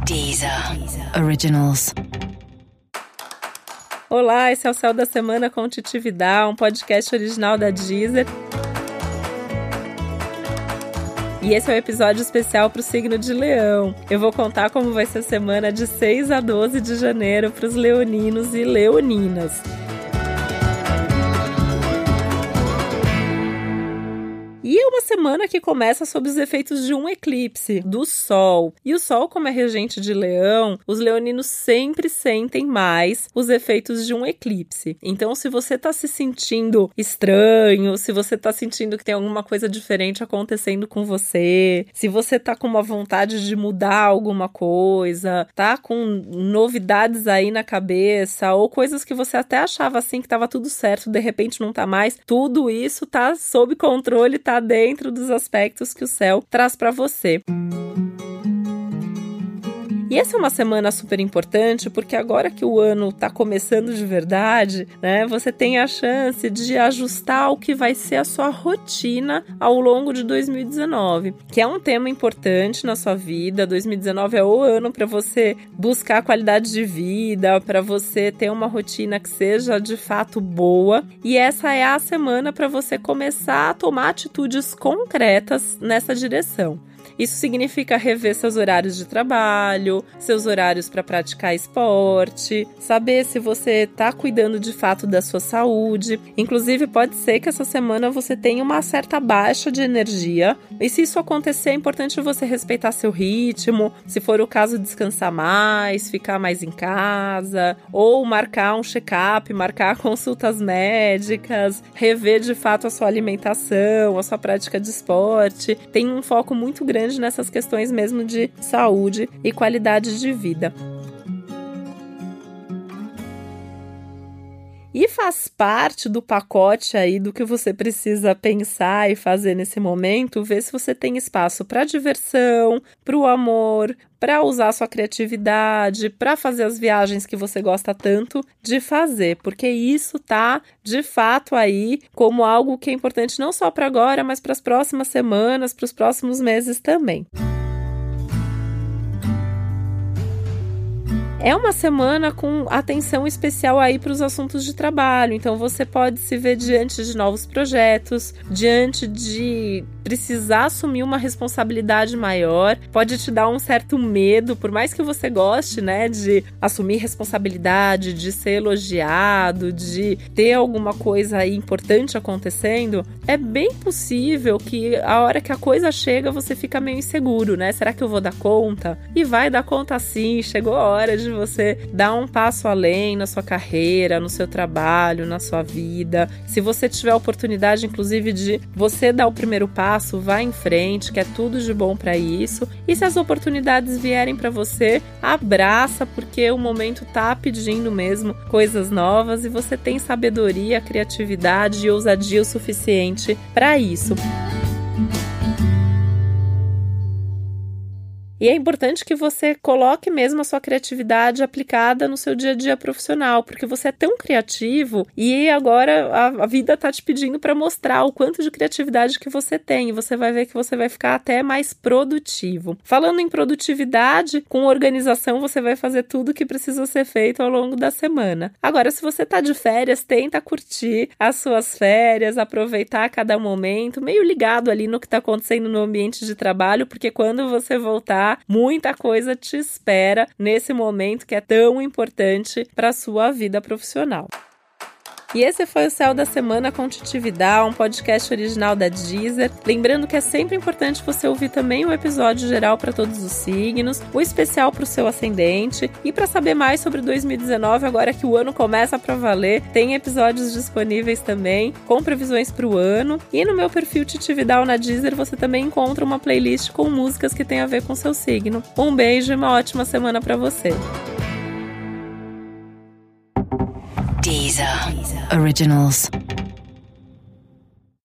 Deezer Originals. Olá, esse é o Céu da Semana com Titi Vidal, um podcast original da Deezer. E esse é um episódio especial para o signo de Leão. Eu vou contar como vai ser a semana de 6 a 12 de janeiro para os leoninos e leoninas. E é uma semana que começa sob os efeitos de um eclipse do Sol. E o Sol, como é regente de Leão, os leoninos sempre sentem mais os efeitos de um eclipse. Então, se você está se sentindo estranho, se você está sentindo que tem alguma coisa diferente acontecendo com você, se você está com uma vontade de mudar alguma coisa, tá com novidades aí na cabeça, ou coisas que você até achava assim que estava tudo certo, de repente não tá mais, tudo isso tá sob controle, tá dentro dos aspectos que o céu traz para você. E essa é uma semana super importante porque agora que o ano está começando de verdade, né, você tem a chance de ajustar o que vai ser a sua rotina ao longo de 2019, que é um tema importante na sua vida. 2019 é o ano para você buscar qualidade de vida, para você ter uma rotina que seja de fato boa, e essa é a semana para você começar a tomar atitudes concretas nessa direção. Isso significa rever seus horários de trabalho, seus horários para praticar esporte, saber se você está cuidando de fato da sua saúde. Inclusive, pode ser que essa semana você tenha uma certa baixa de energia. E se isso acontecer, é importante você respeitar seu ritmo. Se for o caso, descansar mais, ficar mais em casa, ou marcar um check-up, marcar consultas médicas, rever de fato a sua alimentação, a sua prática de esporte. Tem um foco muito grande nessas questões mesmo de saúde e qualidade de vida. E faz parte do pacote aí do que você precisa pensar e fazer nesse momento, ver se você tem espaço para diversão, para o amor, para usar sua criatividade, para fazer as viagens que você gosta tanto de fazer, porque isso tá de fato aí como algo que é importante não só para agora, mas para as próximas semanas, para os próximos meses também. É uma semana com atenção especial aí para os assuntos de trabalho, então você pode se ver diante de novos projetos, diante de precisar assumir uma responsabilidade maior, pode te dar um certo medo, por mais que você goste, né, de assumir responsabilidade, de ser elogiado, de ter alguma coisa aí importante acontecendo, é bem possível que a hora que a coisa chega você fica meio inseguro, né? Será que eu vou dar conta? E vai dar conta sim, chegou a hora de você dar um passo além na sua carreira, no seu trabalho, na sua vida. Se você tiver a oportunidade, inclusive, de você dar o primeiro passo, vá em frente, que é tudo de bom para isso. E se as oportunidades vierem para você, abraça, porque o momento tá pedindo mesmo coisas novas e você tem sabedoria, criatividade e ousadia o suficiente para isso. E é importante que você coloque mesmo a sua criatividade aplicada no seu dia a dia profissional, porque você é tão criativo e agora a vida está te pedindo para mostrar o quanto de criatividade que você tem, e você vai ver que você vai ficar até mais produtivo. Falando em produtividade, com organização você vai fazer tudo que precisa ser feito ao longo da semana. Agora, se você está de férias, tenta curtir as suas férias, aproveitar cada momento, meio ligado ali no que está acontecendo no ambiente de trabalho, porque quando você voltar, muita coisa te espera nesse momento que é tão importante para a sua vida profissional. E esse foi o Céu da Semana com Titi Vidal, um podcast original da Deezer. Lembrando que é sempre importante você ouvir também o episódio geral para todos os signos, o especial para o seu ascendente. E para saber mais sobre 2019, agora que o ano começa para valer, tem episódios disponíveis também, com previsões para o ano. E no meu perfil Titi Vidal na Deezer, você também encontra uma playlist com músicas que tem a ver com seu signo. Um beijo e uma ótima semana para você. Deezer Originals.